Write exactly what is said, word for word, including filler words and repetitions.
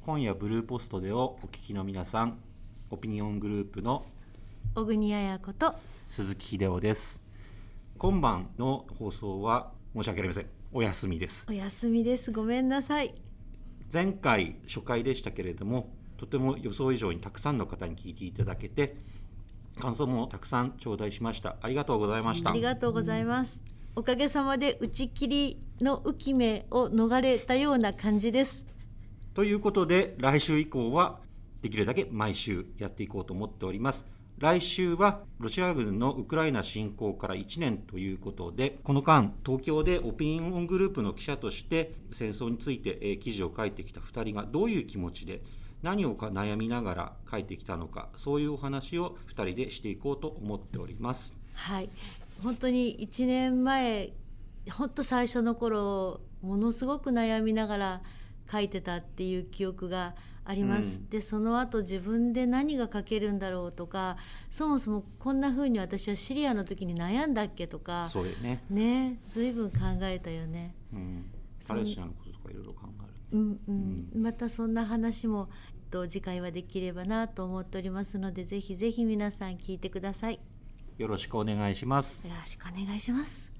今夜ブルーポストでをお聞きの皆さん、オピニオングループの小国彩子と鈴木秀夫です。今晩の放送は申し訳ありません、お休みです。 お休みです。ごめんなさい。 前回初回でしたけれども、とても予想以上にたくさんの方に聞いていただけて、感想もたくさん頂戴しました。ありがとうございました。 ありがとうございます。おかげさまで打ち切りの浮き目を逃れたような感じです。 ということで、来週以降はできるだけ毎週やっていこうと思っております。来週はロシア軍のウクライナ侵攻からいちねんということで、この間東京でオピニオングループの記者として戦争について記事を書いてきたふたりがどういう気持ちで何をか悩みながら書いてきたのか、そういうお話をふたりでしていこうと思っております。 はい、本当にいちねんまえ、本当最初の頃ものすごく悩みながら書いてたっていう記憶があります、うん、でその後自分で何が書けるんだろうとか、そもそもこんな風に私はシリアの時に悩んだっけとか、 そうよね、 ね、随分考えたよね、 うん、パレスチナのこととかいろいろ考える、 うんうんうん、またそんな話も次回はできればなと思っておりますので、ぜひぜひ皆さん聞いてください。 よろしくお願いします。 よろしくお願いします。